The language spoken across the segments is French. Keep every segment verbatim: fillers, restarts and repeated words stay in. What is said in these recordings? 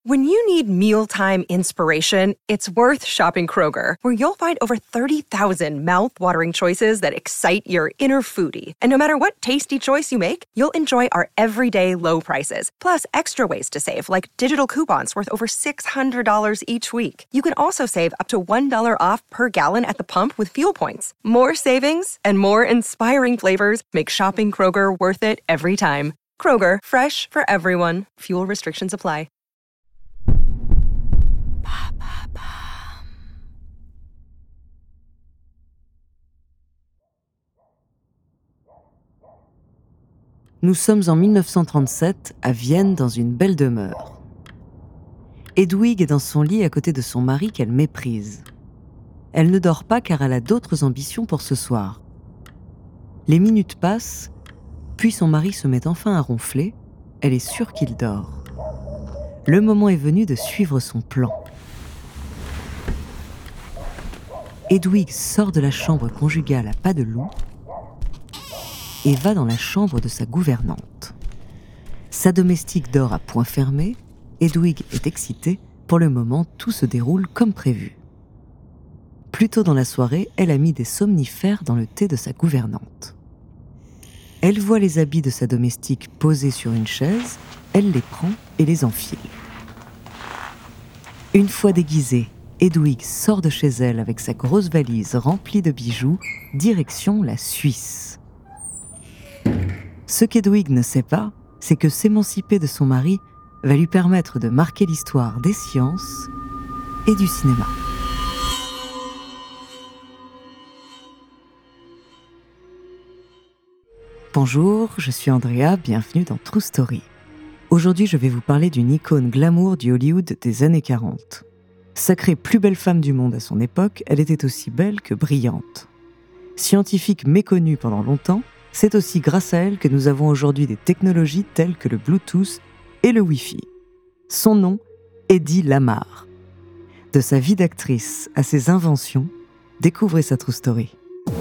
When you need mealtime inspiration, it's worth shopping Kroger, where you'll find over thirty thousand mouth-watering choices that excite your inner foodie. And no matter what tasty choice you make, you'll enjoy our everyday low prices, plus extra ways to save, like digital coupons worth over six hundred dollars each week. You can also save up to one dollar off per gallon at the pump with fuel points. More savings and more inspiring flavors make shopping Kroger worth it every time. Kroger, fresh for everyone. Fuel restrictions apply. Nous sommes en mille neuf cent trente-sept, à Vienne, dans une belle demeure. Hedwig est dans son lit à côté de son mari qu'elle méprise. Elle ne dort pas car elle a d'autres ambitions pour ce soir. Les minutes passent, puis son mari se met enfin à ronfler. Elle est sûre qu'il dort. Le moment est venu de suivre son plan. Hedwig sort de la chambre conjugale à pas de loup et va dans la chambre de sa gouvernante. Sa domestique dort à poing fermé, Hedwig est excitée, pour le moment tout se déroule comme prévu. Plus tôt dans la soirée, elle a mis des somnifères dans le thé de sa gouvernante. Elle voit les habits de sa domestique posés sur une chaise, elle les prend et les enfile. Une fois déguisée, Hedwig sort de chez elle avec sa grosse valise remplie de bijoux, direction la Suisse. Ce qu'Hedwig ne sait pas, c'est que s'émanciper de son mari va lui permettre de marquer l'histoire des sciences et du cinéma. Bonjour, je suis Andrea, bienvenue dans True Story. Aujourd'hui, je vais vous parler d'une icône glamour du Hollywood des années quarante. Sacrée plus belle femme du monde à son époque, elle était aussi belle que brillante. Scientifique méconnue pendant longtemps, c'est aussi grâce à elle que nous avons aujourd'hui des technologies telles que le Bluetooth et le Wi-Fi. Son nom, Hedy Lamarr. De sa vie d'actrice à ses inventions, découvrez sa True Story.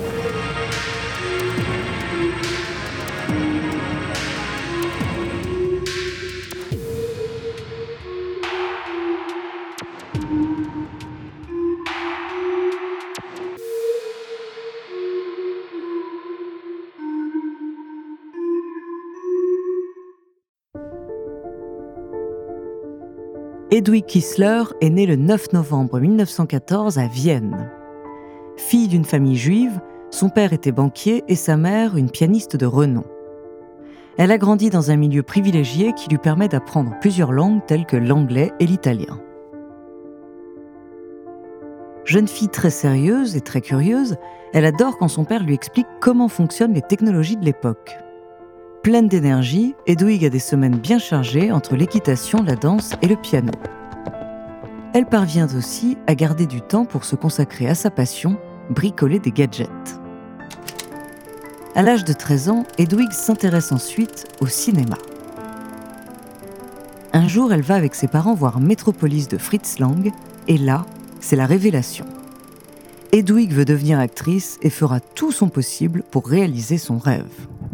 Hedwig Kissler est née le neuf novembre mille neuf cent quatorze à Vienne. Fille d'une famille juive, son père était banquier et sa mère une pianiste de renom. Elle a grandi dans un milieu privilégié qui lui permet d'apprendre plusieurs langues telles que l'anglais et l'italien. Jeune fille très sérieuse et très curieuse, elle adore quand son père lui explique comment fonctionnent les technologies de l'époque. Pleine d'énergie, Hedwig a des semaines bien chargées entre l'équitation, la danse et le piano. Elle parvient aussi à garder du temps pour se consacrer à sa passion, bricoler des gadgets. À l'âge de treize ans, Hedwig s'intéresse ensuite au cinéma. Un jour, elle va avec ses parents voir Metropolis de Fritz Lang, et là, c'est la révélation. Hedwig veut devenir actrice et fera tout son possible pour réaliser son rêve.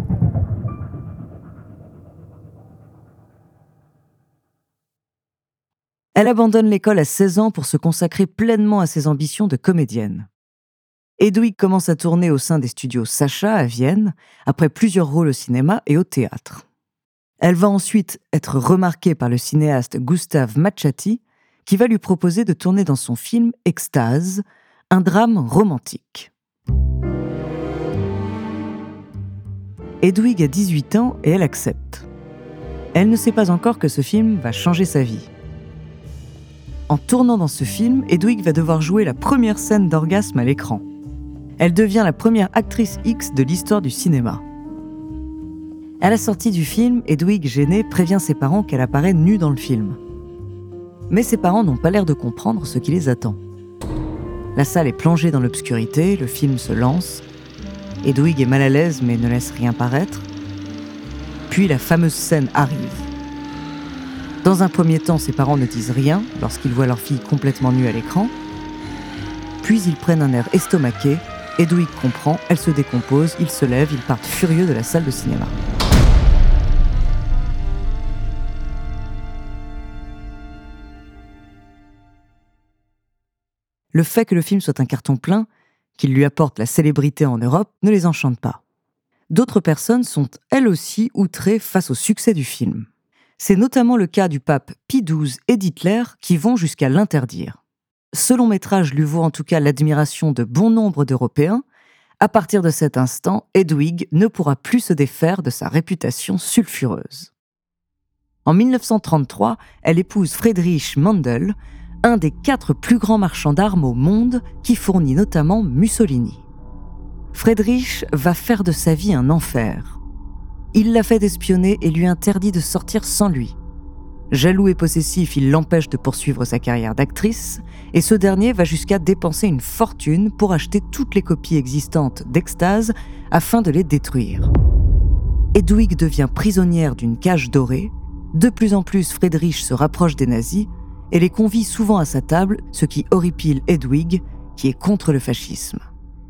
Elle abandonne l'école à seize ans pour se consacrer pleinement à ses ambitions de comédienne. Hedwig commence à tourner au sein des studios Sacha à Vienne, après plusieurs rôles au cinéma et au théâtre. Elle va ensuite être remarquée par le cinéaste Gustav Mattschatti, qui va lui proposer de tourner dans son film Extase, un drame romantique. Hedwig a dix-huit ans et elle accepte. Elle ne sait pas encore que ce film va changer sa vie. En tournant dans ce film, Hedwig va devoir jouer la première scène d'orgasme à l'écran. Elle devient la première actrice X de l'histoire du cinéma. À la sortie du film, Hedwig, gênée, prévient ses parents qu'elle apparaît nue dans le film. Mais ses parents n'ont pas l'air de comprendre ce qui les attend. La salle est plongée dans l'obscurité, le film se lance. Hedwig est mal à l'aise mais ne laisse rien paraître. Puis la fameuse scène arrive. Dans un premier temps, ses parents ne disent rien lorsqu'ils voient leur fille complètement nue à l'écran. Puis ils prennent un air estomaqué. Hedwig comprend, elle se décompose, ils se lèvent, ils partent furieux de la salle de cinéma. Le fait que le film soit un carton plein, qu'il lui apporte la célébrité en Europe, ne les enchante pas. D'autres personnes sont elles aussi outrées face au succès du film. C'est notamment le cas du pape Pie douze et d'Hitler qui vont jusqu'à l'interdire. Ce long métrage lui vaut en tout cas l'admiration de bon nombre d'Européens. À partir de cet instant, Hedwig ne pourra plus se défaire de sa réputation sulfureuse. En dix-neuf cent trente-trois, elle épouse Friedrich Mandel, un des quatre plus grands marchands d'armes au monde qui fournit notamment Mussolini. Friedrich va faire de sa vie un enfer. Il l'a fait espionner et lui interdit de sortir sans lui. Jaloux et possessif, il l'empêche de poursuivre sa carrière d'actrice, et ce dernier va jusqu'à dépenser une fortune pour acheter toutes les copies existantes d'Extase afin de les détruire. Hedwig devient prisonnière d'une cage dorée. De plus en plus, Friedrich se rapproche des nazis et les convie souvent à sa table, ce qui horripile Hedwig, qui est contre le fascisme.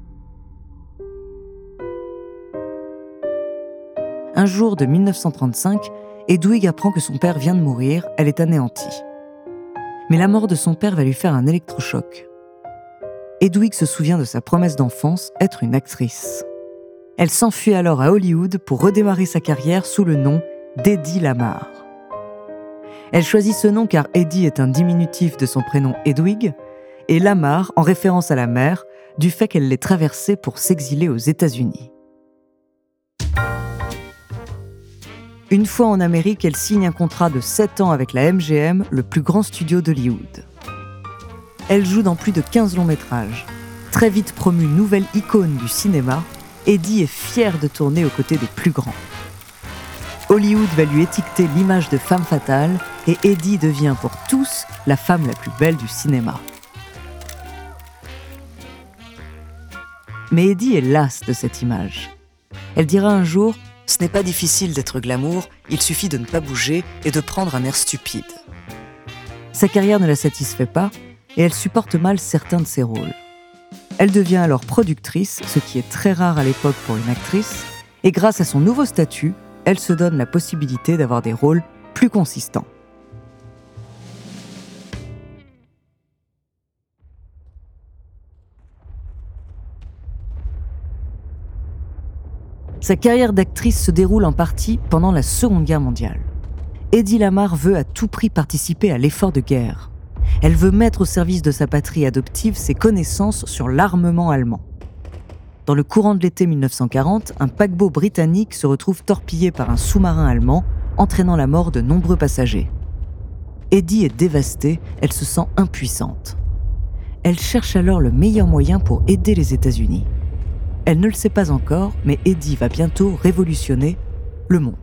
Un jour de dix-neuf cent trente-cinq, Hedwig apprend que son père vient de mourir, elle est anéantie. Mais la mort de son père va lui faire un électrochoc. Hedwig se souvient de sa promesse d'enfance, être une actrice. Elle s'enfuit alors à Hollywood pour redémarrer sa carrière sous le nom d'Hedy Lamarr. Elle choisit ce nom car Hedy est un diminutif de son prénom Hedwig, et Lamarr en référence à la mer, du fait qu'elle l'ait traversée pour s'exiler aux États-Unis. Une fois en Amérique, elle signe un contrat de sept ans avec la M G M, le plus grand studio d'Hollywood. Elle joue dans plus de quinze longs métrages. Très vite promue nouvelle icône du cinéma, Hedy est fière de tourner aux côtés des plus grands. Hollywood va lui étiqueter l'image de femme fatale et Hedy devient pour tous la femme la plus belle du cinéma. Mais Hedy est lasse de cette image. Elle dira un jour « Ce n'est pas difficile d'être glamour, il suffit de ne pas bouger et de prendre un air stupide. » Sa carrière ne la satisfait pas et elle supporte mal certains de ses rôles. Elle devient alors productrice, ce qui est très rare à l'époque pour une actrice, et grâce à son nouveau statut, elle se donne la possibilité d'avoir des rôles plus consistants. Sa carrière d'actrice se déroule en partie pendant la Seconde Guerre mondiale. Hedy Lamarr veut à tout prix participer à l'effort de guerre. Elle veut mettre au service de sa patrie adoptive ses connaissances sur l'armement allemand. Dans le courant de l'été dix-neuf cent quarante, un paquebot britannique se retrouve torpillé par un sous-marin allemand, entraînant la mort de nombreux passagers. Hedy est dévastée, elle se sent impuissante. Elle cherche alors le meilleur moyen pour aider les États-Unis. Elle ne le sait pas encore, mais Hedy va bientôt révolutionner le monde.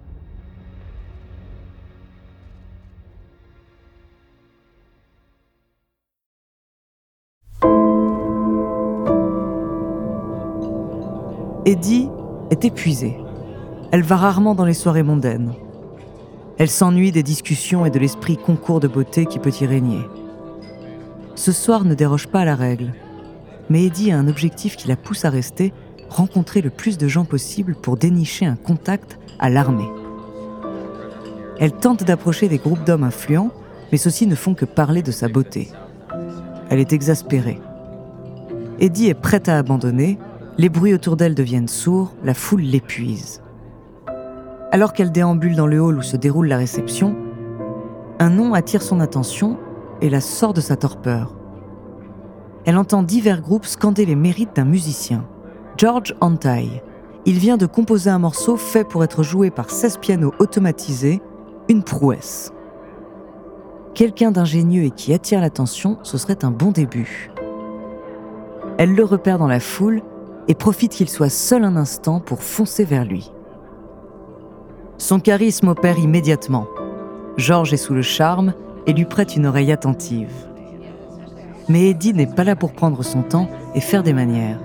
Hedy est épuisée. Elle va rarement dans les soirées mondaines. Elle s'ennuie des discussions et de l'esprit concours de beauté qui peut y régner. Ce soir ne déroge pas à la règle. Mais Hedy a un objectif qui la pousse à rester, rencontrer le plus de gens possible pour dénicher un contact à l'armée. Elle tente d'approcher des groupes d'hommes influents, mais ceux-ci ne font que parler de sa beauté. Elle est exaspérée. Hedy est prête à abandonner, les bruits autour d'elle deviennent sourds, la foule l'épuise. Alors qu'elle déambule dans le hall où se déroule la réception, un nom attire son attention et la sort de sa torpeur. Elle entend divers groupes scander les mérites d'un musicien, George Antheil. Il vient de composer un morceau fait pour être joué par seize pianos automatisés, une prouesse. Quelqu'un d'ingénieux et qui attire l'attention, ce serait un bon début. Elle le repère dans la foule et profite qu'il soit seul un instant pour foncer vers lui. Son charisme opère immédiatement. George est sous le charme et lui prête une oreille attentive. Mais Hedy n'est pas là pour prendre son temps et faire des manières.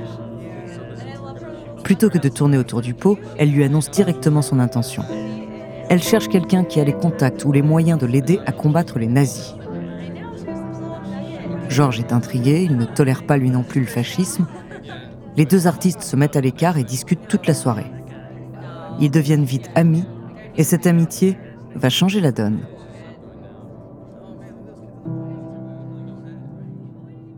Plutôt que de tourner autour du pot, elle lui annonce directement son intention. Elle cherche quelqu'un qui a les contacts ou les moyens de l'aider à combattre les nazis. George est intrigué, il ne tolère pas lui non plus le fascisme. Les deux artistes se mettent à l'écart et discutent toute la soirée. Ils deviennent vite amis, et cette amitié va changer la donne.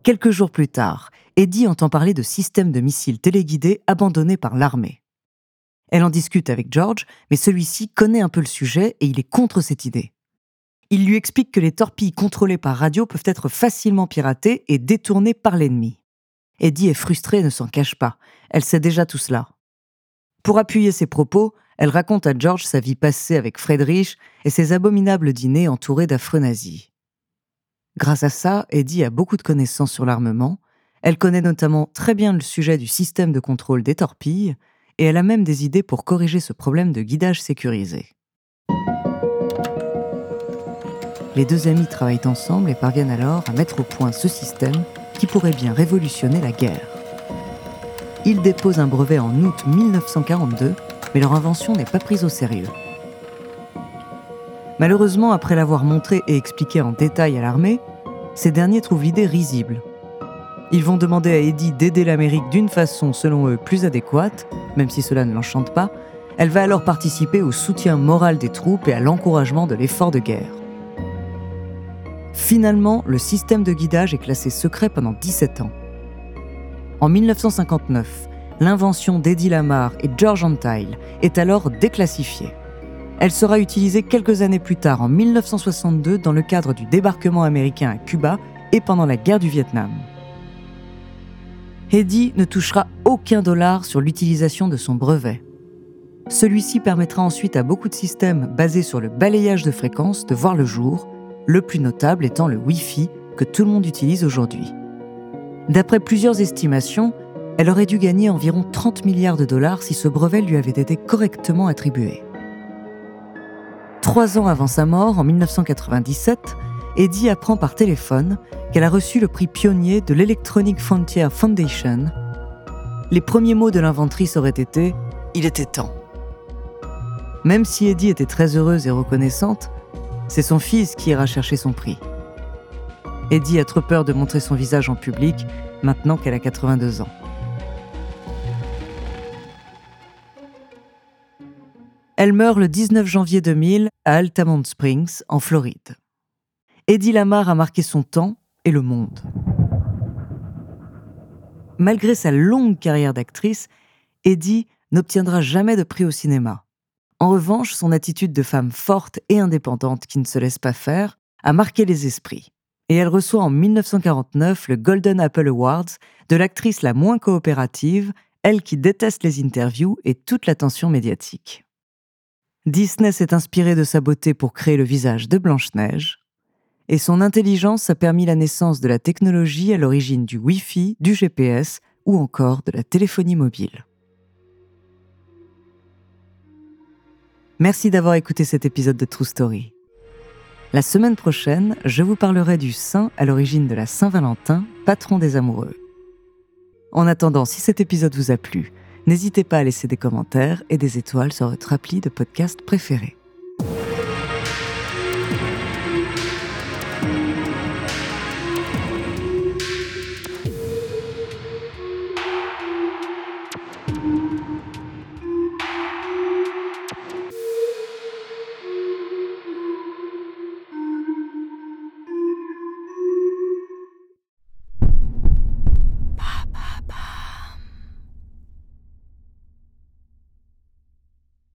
Quelques jours plus tard, Eddie entend parler de systèmes de missiles téléguidés abandonnés par l'armée. Elle en discute avec George, mais celui-ci connaît un peu le sujet et il est contre cette idée. Il lui explique que les torpilles contrôlées par radio peuvent être facilement piratées et détournées par l'ennemi. Eddie est frustrée et ne s'en cache pas. Elle sait déjà tout cela. Pour appuyer ses propos, elle raconte à George sa vie passée avec Friedrich et ses abominables dîners entourés d'affreux nazis. Grâce à ça, Eddie a beaucoup de connaissances sur l'armement. Elle connaît notamment très bien le sujet du système de contrôle des torpilles et elle a même des idées pour corriger ce problème de guidage sécurisé. Les deux amis travaillent ensemble et parviennent alors à mettre au point ce système qui pourrait bien révolutionner la guerre. Ils déposent un brevet en août mille neuf cent quarante-deux, mais leur invention n'est pas prise au sérieux. Malheureusement, après l'avoir montré et expliqué en détail à l'armée, ces derniers trouvent l'idée risible. Ils vont demander à Eddie d'aider l'Amérique d'une façon, selon eux, plus adéquate, même si cela ne l'enchante pas. Elle va alors participer au soutien moral des troupes et à l'encouragement de l'effort de guerre. Finalement, le système de guidage est classé secret pendant dix-sept ans. En mille neuf cent cinquante-neuf, l'invention d'Eddie Lamar et George Antheil est alors déclassifiée. Elle sera utilisée quelques années plus tard, en mille neuf cent soixante-deux, dans le cadre du débarquement américain à Cuba et pendant la guerre du Vietnam. Eddie ne touchera aucun dollar sur l'utilisation de son brevet. Celui-ci permettra ensuite à beaucoup de systèmes basés sur le balayage de fréquences de voir le jour, le plus notable étant le Wi-Fi que tout le monde utilise aujourd'hui. D'après plusieurs estimations, elle aurait dû gagner environ trente milliards de dollars si ce brevet lui avait été correctement attribué. Trois ans avant sa mort, en mille neuf cent quatre-vingt-dix-sept, Eddie apprend par téléphone qu'elle a reçu le prix pionnier de l'Electronic Frontier Foundation. Les premiers mots de l'inventrice auraient été « Il était temps ». Même si Eddie était très heureuse et reconnaissante, c'est son fils qui ira chercher son prix. Eddie a trop peur de montrer son visage en public, maintenant qu'elle a quatre-vingt-deux ans. Elle meurt le dix-neuf janvier deux mille à Altamont Springs, en Floride. Eddie Lamar a marqué son temps et le monde. Malgré sa longue carrière d'actrice, Eddie n'obtiendra jamais de prix au cinéma. En revanche, son attitude de femme forte et indépendante qui ne se laisse pas faire a marqué les esprits. Et elle reçoit en mille neuf cent quarante-neuf le Golden Apple Awards de l'actrice la moins coopérative, elle qui déteste les interviews et toute l'attention médiatique. Disney s'est inspiré de sa beauté pour créer le visage de Blanche-Neige, et son intelligence a permis la naissance de la technologie à l'origine du Wi-Fi, du G P S ou encore de la téléphonie mobile. Merci d'avoir écouté cet épisode de True Story. La semaine prochaine, je vous parlerai du saint à l'origine de la Saint-Valentin, patron des amoureux. En attendant, si cet épisode vous a plu, n'hésitez pas à laisser des commentaires et des étoiles sur votre appli de podcast préféré.